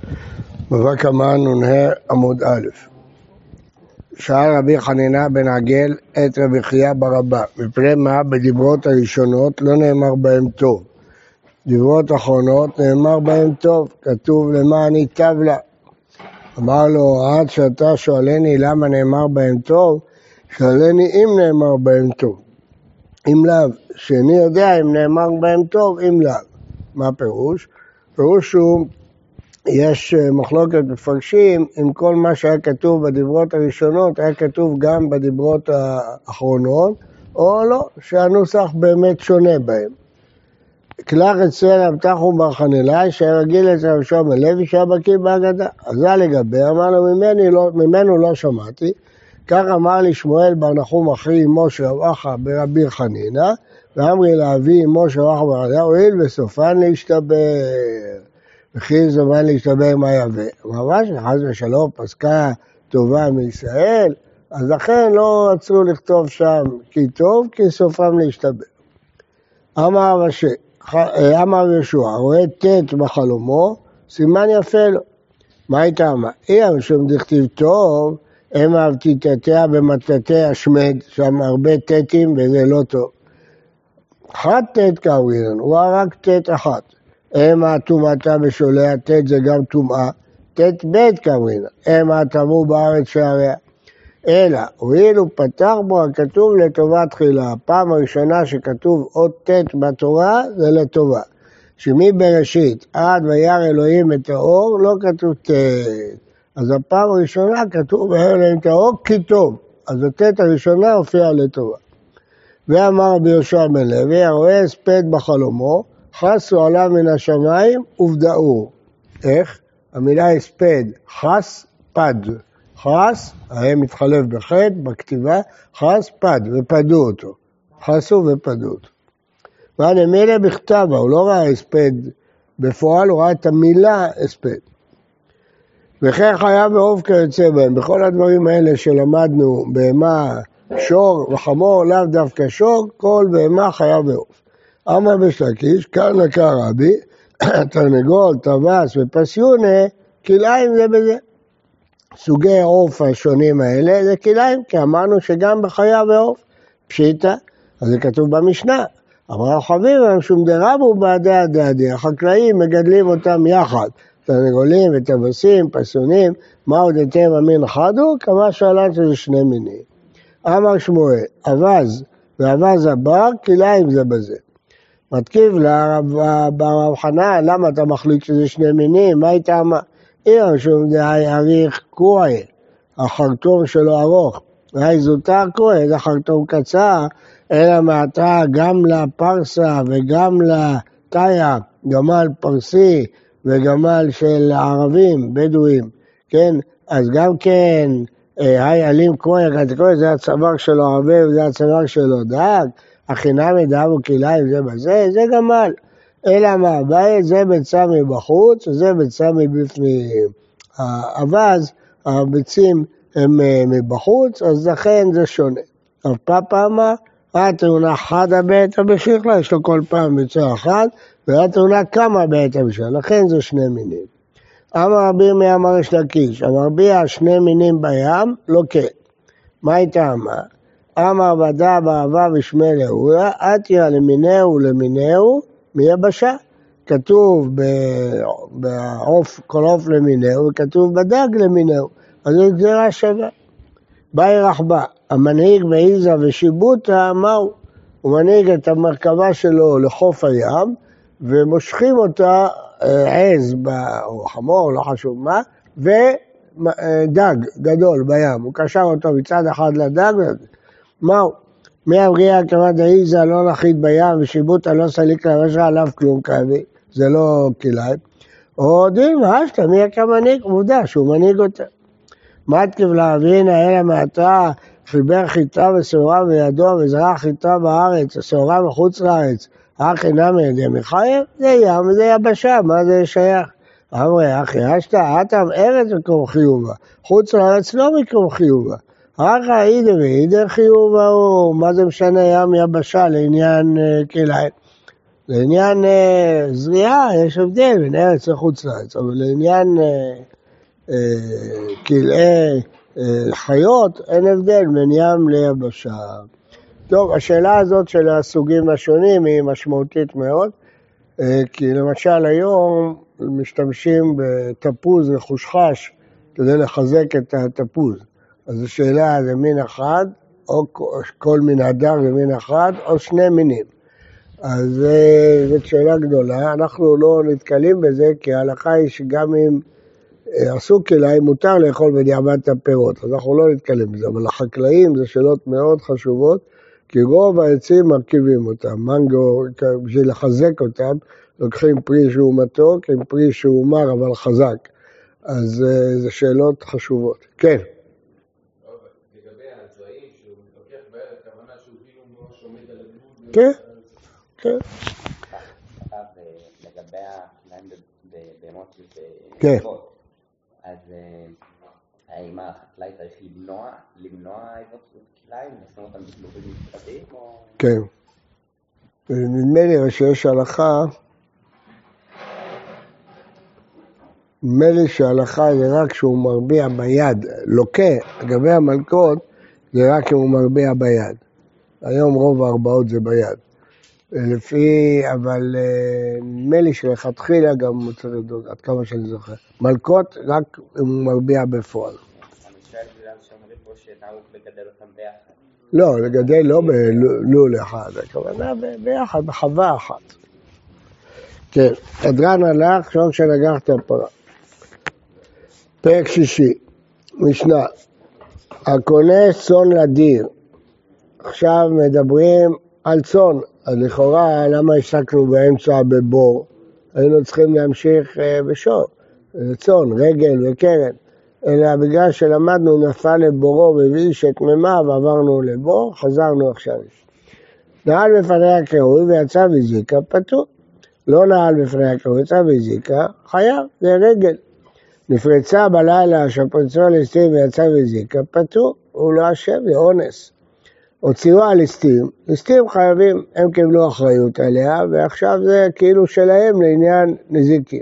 בבא קמא נ"ה עמוד א'. שאל רבי חנינא בן עגל את רבי חייא בר אבא, מפני מה בדיברות הראשונות לא נאמר בהם טוב, דיברות אחרונות נאמר בהם טוב, כתוב למען ייטב לה. אמר לו, עד שאתה שואלני למה נאמר בהם טוב, שואלני אם נאמר בהם טוב, אם לאו, שאני יודע אם נאמר בהם טוב, אם לאו. מה פירוש? פירוש הוא, יש מחלוקת מפרשים, אם כל מה שהיה כתוב בדיברות הראשונות היה כתוב גם בדיברות האחרונות, או לא, שהנוסח באמת שונה בהם. כלך אצל רב נחום בר חנילאי, שהיה רגיל אצל רב שלמה לוי, שהיה בקיא בהגדה. אז זה לגבי, אמר לו, ממנו לא שמעתי. כך אמר לי שמואל בר נחום אחי אמו של רב אחא ברבי חנינא, ואמרי לאבי אמו של רב אחא בר חנינא, הואיל וסופן להשתבר. וכי זמן להשתבר מה יבא. ממש חס ושלום פסקה טובה מישראל, אז לכן לא רצו לכתוב שם כי טוב, כי סופם להשתבר. אמר ישוע, רואה ט' בחלומו, סימן יפה לו. מה הייתה אמרה? אי משום דכתיב טוב, הם אהבתי תתיה במטלתי השמד, שם הרבה ט'ים וזה לא טוב. אחת ט' קראו, הוא רק ט' אחת. אמה תומתה בשוליה, ט' זה גם תומעה, ט' ב' קראו, אמה תמו בארץ שעריה. אלא, הואיל פתח בו הכתוב לטובה תחילה. הפעם הראשונה שכתוב עוד ט' בתורה זה לטובה. שמבראשית עד וירא אלוהים את האור לא כתוב ט'. אז הפעם הראשונה כתוב וירא אלוהים את האור כי טוב. אז הט' הראשונה הופיעה לטובה. ואמר רבי יהושע בן לוי, הרואה הספד בחלומו, חסו עליו מן השמיים ובדאו. איך? המילה הספד, חס פד. חס, הרי מתחלף בחטא, בכתיבה, חס פד, ופדו אותו. חסו ופדו אותו. והנמילה בכתבה, הוא לא ראה הספד בפועל, הוא ראה את המילה הספד. וכן חיה ועוף כיוצא בהם, בכל הדברים האלה שלמדנו, בהמה, שור וחמור, לאו דווקא שור, כל בהמה חיה ועוף. אמר בשלקיש, כאן לקה רבי, תרנגול, טווס ופסיונה, כלאיים זה בזה. סוגי העוף השונים האלה זה כלאיים, כי אמרנו שגם בחיה ועוף פשיטה, אז זה כתוב במשנה. אמר חביב, שום דרבו בעדי הדדי, החקלאים מגדלים אותם יחד, תרנגולים וטווסים, פסונים, מה עוד היטב המין חדו? כמה שאלת שזה שני מינים. אמר שמואל, אבז ואבז הבר, כלאיים זה בזה. מתקיב לרב חנן, למה אתה מחליט שזה שני מינים? מה הייתה אמרה? איר שום דהי אריך קרועי, החרטום שלו ארוך, והי זוטר קרועי, זה חרטום קצר, אלא מעטה גם לפרסה וגם לתאיה, גמל פרסי וגמל של ערבים, בדואים, כן? אז גם כן, היי אלים קרועי, זה הצוואר שלו ערבי וזה הצוואר שלו דג, החינמי דאב וכלאיים זה בזה, זה גמל. אלא מה הבית, זה ביצה מבחוץ, וזה ביצה מבפנים. האבז, הביצים הם מבחוץ, אז לכן זה שונה. אבל פאפה אמר, התאונה חדה בעת הבשיחלה, יש לו כל פעם ביצה אחת, והתאונה כמה בעת הבשיחלה, לכן זה שני מינים. אמר רבי ירמיה אמר ריש לקיש, אמר רבי שני מינים בים, לא כן. מה הייתה אמר? אמר ודע באהבה ושמי לאורה, עתיה למינהו ולמינהו, מיבשה. כתוב בעוף, כל עוף למינהו, וכתוב בדג למינהו. אז זו גזירה שווה. באי רחבה, המנהיג מעיזה ושיבוטה, מהו? הוא מנהיג את המרכבה שלו לחוף הים, ומושכים אותה עז, או חמור, לא חשוב מה, ודג גדול בים. הוא קשר אותו מצד אחד לדג, מהו? מהבריאה כמד העיזה לא נחית בים ושיבוטה לא סליק למשרה עליו כלום כאבי, זה לא כלאיים. או דין, השתה, מי יקה מנהיג? עובדה שהוא מנהיג אותה. מתקיב להבינה אלא מעטה, חיבר חיטה וסעורה בידו וזרע חיטה בארץ, הסעורה מחוץ לארץ, אך אינה מידי מחייב, זה ים וזה יבשה, מה זה שייך? אמרי, אחי, השתה, אתם ארץ מקום חיובה, חוץ לארץ לא מקום חיובה. רק העידה ועידה חיובה הוא, מה זה משנה ים יבשה לעניין כלאיים? לעניין זריעה יש הבדל בין ארץ לחוץ לארץ, אבל לעניין כלאי חיות אין הבדל בין ים ליבשה. טוב, השאלה הזאת של הסוגים השונים היא משמעותית מאוד, כי למשל היום משתמשים בתפוז וחושחש כדי לחזק את התפוז. אז השאלה זה מין אחד, או כל מין הדר ומין אחד, או שני מינים. אז זאת שאלה גדולה, אנחנו לא נתקלים בזה, כי ההלכה היא שגם אם עשו כלאיים מותר לאכול בדיעבד את הפירות, אז אנחנו לא נתקלים בזה, אבל לחקלאים זה שאלות מאוד חשובות, כי רוב העצים מרכיבים אותם, מנגו, בשביל לחזק אותם, לוקחים פרי שהוא מתוק עם פרי שהוא מר אבל חזק, אז זה שאלות חשובות. כן. לגבי הזרעים שהוא מתוקח בערך, הכוונה שהוא כאילו לא שומד על הגבול. כן, כן. לגבי השניים בהמות של כן. אז האם החקלאי צריך למנוע היווצרות כלאיים, לשים אותם בשלובים משפטיים או... כן. נדמה לי שיש הלכה, נדמה לי שההלכה זה רק כשהוא מרביע ביד, לוקה, לגבי המלכות זה רק אם הוא מרביע ביד. היום רוב ההרבעות זה ביד. אבל נדמה לי שלכתחילה גם מוצא לדוד, עד כמה שאני זוכר. מלכות רק אם הוא מרביע בפועל. אני שואל בגלל שאומרים פה שנהוג לגדל אותם ביחד. לא, לגדל לא בלול אחד, הכוונה ביחד, בחווה אחת. כן, אדרן הלך, שוב שנגח את הפרה. פרק שישי, משנה. הקונה צאן לדיר. עכשיו מדברים על צאן. אז לכאורה, למה השקנו באמצע בבור? היינו צריכים להמשיך בשור, צאן, רגל וקרן. אלא בגלל שלמדנו נפל לבורו והבאיש את מימה ועברנו לבור, חזרנו עכשיו. נעל בפני הקרוי ויצא והזיקה, פטור. לא נעל בפני הקרוי, יצא והזיקה, חייב, זה רגל. נפרצה בלילה שפרצו על ליסטים ויצא והזיקה, פטור, הוא לא אשם, זה אונס. הוציאו על ליסטים, ליסטים חייבים, הם קיבלו אחריות עליה, ועכשיו זה כאילו שלהם לעניין נזיקים.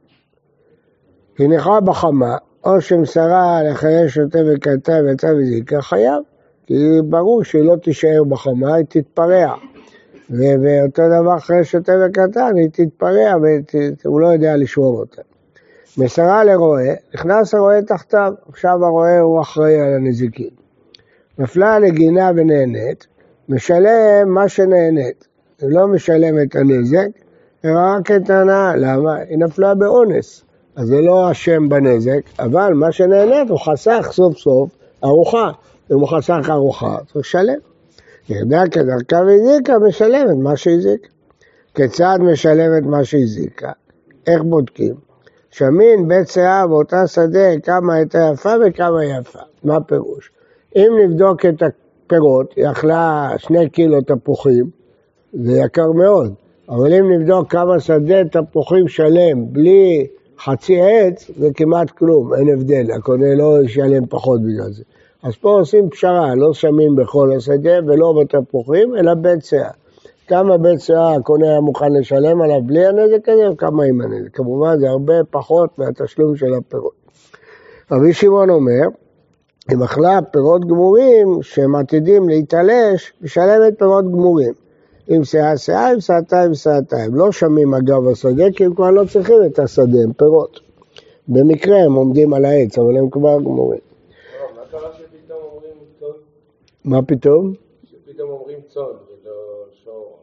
היא נכרה בחמה, או שמסרה לחיי שוטה וקנתה ויצא וזיקה, חייב, כי ברור שהיא לא תישאר בחמה, היא תתפרע. ואותו דבר אחרי שוטה וקנתה, היא תתפרע, והוא לא יודע לשמור אותה. מסרה לרועה, נכנס הרועה תחתיו, עכשיו הרועה הוא אחראי על הנזיקים. נפלה לגינה ונהנית, משלם מה שנהנית. היא לא משלם את הנזק, היא רק את ההנאה. למה? היא נפלה באונס. אז זה לא אשם בנזק, אבל מה שנהנית הוא חסך סוף סוף ארוחה. אם הוא חסך ארוחה, צריך לשלם. ידע כדרכה והזיקה, משלמת מה שהזיק. כיצד משלמת מה שהזיקה? איך בודקים? שמין בית שיער באותה שדה כמה הייתה יפה וכמה יפה. מה פירוש? אם נבדוק את הפירות, היא אכלה 2 קילו תפוחים, זה יקר מאוד. אבל אם נבדוק כמה שדה תפוחים שלם, בלי חצי עץ, זה כמעט כלום, אין הבדל. הקונה לא ישלם פחות בגלל זה. אז פה עושים פשרה, לא שמים בכל השדה ולא בתפוחים, אלא בית שיער. כמה בית שיער הקונה היה מוכן לשלם עליו בלי הנזק הזה, וכמה עם הנזק. כמובן זה הרבה פחות מהתשלום של הפירות. רבי שמעון אומר, אם אכלה פירות גמורים שהם עתידים להתעלש, משלמת פירות גמורים. אם שיער, אם שעתיים. לא שמים אגב השדה, כי הם כבר לא צריכים את השדה, הם פירות. במקרה הם עומדים על העץ, אבל הם כבר גמורים. מה קרה שפתאום אומרים צאן? מה פתאום? שפתאום אומרים צאן, ולא שור.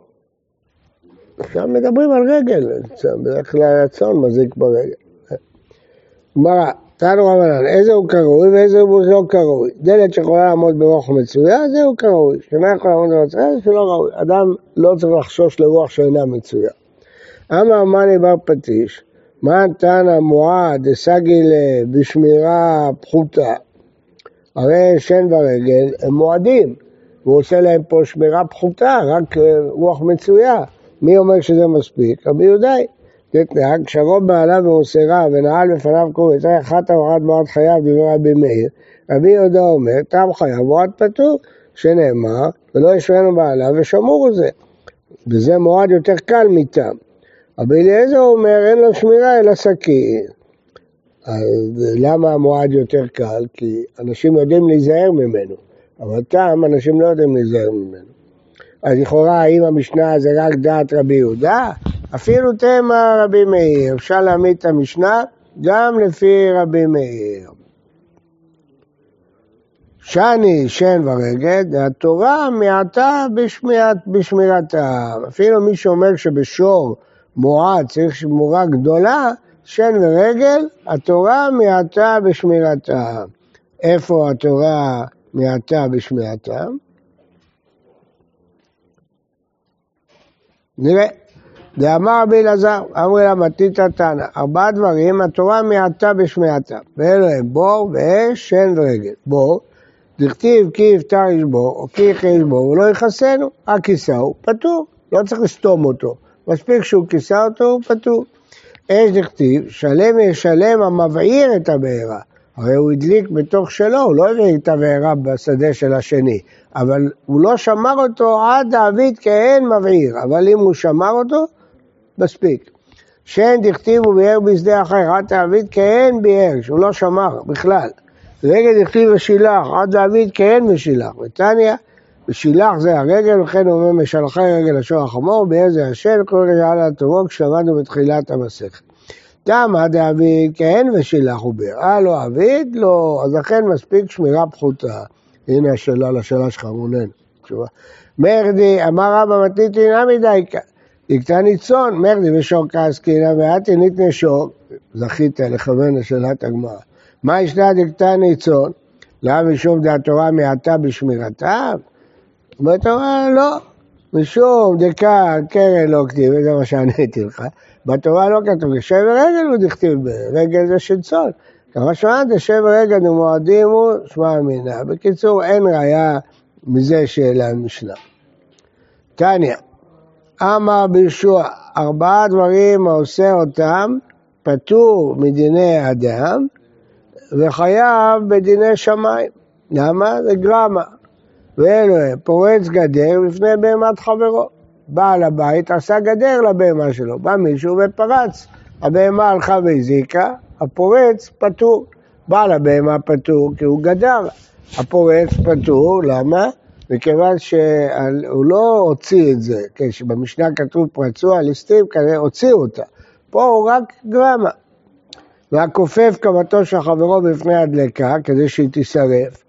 עכשיו מדברים על רגל, בדרך כלל הצאן מזיק ברגל. גמרא, תנו רבנן, איזה הוא קרוי ואיזה הוא לא קרוי. דלת שיכולה לעמוד ברוח מצויה, זה הוא קרוי. שאינה יכולה לעמוד ברוח מצויה, זה שלא ראוי. אדם לא צריך לחשוש לרוח שאינה מצויה. אמר מני בר פטיש, מה תנא מועד דסגי בשמירה פחותה. הרי שן ורגל הם מועדים, והוא עושה להם פה שמירה פחותה, רק רוח מצויה. מי אומר שזה מספיק? רבי יהודאי. תתנהג, כשרוב בעלה ומוסרה ונעל בפניו קורא, זה אחת המועד מועד חייב דבר רבי מאיר. רבי יהודה אומר, תם חייב מועד פטור, שנאמר, ולא ישרנו בעלה ושמור זה. וזה מועד יותר קל מטעם. רבי אליעזר אומר, אין לו שמירה אלא סכין. אז למה המועד יותר קל? כי אנשים יודעים להיזהר ממנו, אבל טעם אנשים לא יודעים להיזהר ממנו. אז לכאורה, האם המשנה זה רק דעת רבי יהודה? אפילו תמה רבי מאיר, אפשר להעמיד את המשנה גם לפי רבי מאיר. שני, שן ורגד, התורה מעטה בשמירתה. אפילו מי שאומר שבשור מועד צריך שמורה גדולה, שן ורגל, התורה מעטה בשמירתה. איפה התורה מעטה בשמירתה? נראה. דאמר רבי אלעזר, אמרי לה מתית תנא, 4 דברים, התורה מעטה בשמיעתה, ואלו הם בור ואש, שן ורגל. בור, דכתיב כי יפתר ישבור, או כי יחיה ישבור, ולא יכסנו, הכיסהו פטור, לא צריך לסתום אותו, מספיק שהוא כיסה אותו, הוא פטור. אש דכתיב, שלם ישלם המבעיר את הבעירה, הרי הוא הדליק בתוך שלו, הוא לא הביא את הבעירה בשדה של השני, אבל הוא לא שמר אותו עד דאבית כאין מבעיר, אבל אם הוא שמר אותו, מספיק. שאין דכתיב וביער בשדה אחר, עד דאבית כאין ביער, שהוא לא שמר בכלל. רגל דכתיב ושילח, עד דאבית כאין ושילח. ותניא, ושילח זה הרגל, וכן הוא אומר משלחי רגל השור החמור, ביער זה השל, כל רגע על התורו, כשלמדנו בתחילת המסכת. תמה דאבית כאין ושילח הוא ביער. לא אבית? לא. אז לכן מספיק שמירה פחותה. הנה השאלה לשאלה שלך, רונן. מרדי, אמר רבא מתניתין נמי דייקה. דקתני צאן, מרדי ושור כעסקינה, ואתי ניתנה שור, זכית לכוון לשאלת הגמרא. מה ישנה דקתני צאן? למה משום דהתורה מעטה בשמירתה? אומרת התורה לא, משום דקה קרן לא כתיב, זה מה שעניתי לך. בתורה לא כתוב, שבר רגל הוא דכתיב, רגל זה של צאן. כמה שמעת, שבר רגל ומועדים הוא שמע אמינה. בקיצור, אין ראיה מזה שאלה המשנה. תניא, אמר בישוע, 4 דברים העושה אותם, פטור מדיני אדם, וחייב בדיני שמיים. למה? זה גרמה. ואלו פורץ גדר בפני בהמת חברו. בעל הבית עשה גדר לבהמה שלו, בא מישהו ופרץ. הבהמה הלכה והזיקה, הפורץ פטור. בעל הבהמה פטור כי הוא גדר. הפורץ פטור, למה? מכיוון שהוא לא הוציא את זה, כשבמשנה כתוב פרצו על ליסטים, כנראה הוציאו אותה. פה הוא רק גרמה. והכופף קמתו של חברו בפני הדלקה, כדי שהיא תישרף.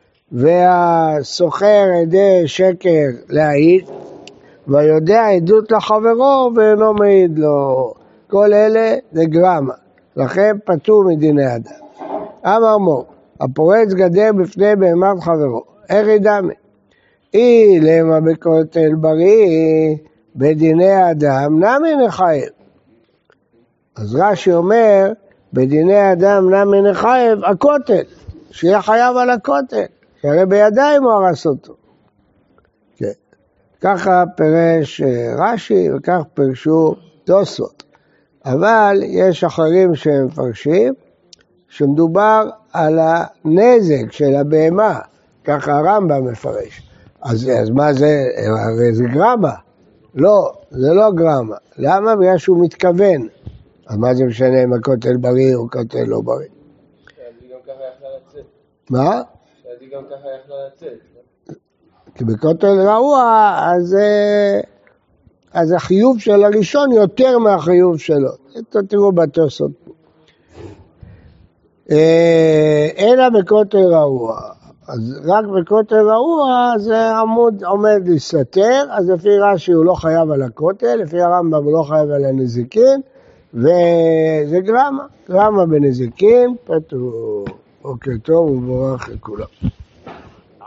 והסוחר עדי שקר להעיד, ויודע עדות לחברו ואינו מעיד לו. כל אלה זה גרמה, לכן פטור מדיני אדם. אמר מור, הפורץ גדר בפני בהמת חברו, איך ידמה? אי למה בכותל בריא, בדיני אדם נמי נחייב. אז רש"י אומר, בדיני אדם נמי נחייב הכותל, שיהיה חייב על הכותל, שהרי בידיים הוא הרס אותו. כן. ככה פירש רש"י וכך פירשו תוספות. אבל יש אחרים שהם מפרשים, שמדובר על הנזק של הבהמה, ככה הרמב"ם מפרש. אז מה זה? הרי זה גרמה. לא, זה לא גרמה. למה? בגלל שהוא מתכוון. אז מה זה משנה אם הכותל בריא או כותל לא בריא? שעדי גם ככה יכלה לצאת. מה? שעדי גם ככה יכלה לצאת. כי בכותל רעוע, אז החיוב של הראשון יותר מהחיוב שלו. תראו בתוספות. אלא בכותל רעוע. אז רק בכותל רעוע זה עמוד עומד להסתתר, אז לפי רש"י הוא לא חייב על הכותל, לפי הרמב"ם הוא לא חייב על הנזיקין, וזה גרמה בנזיקין, פטור. אוקיי, טוב וברך לכולם.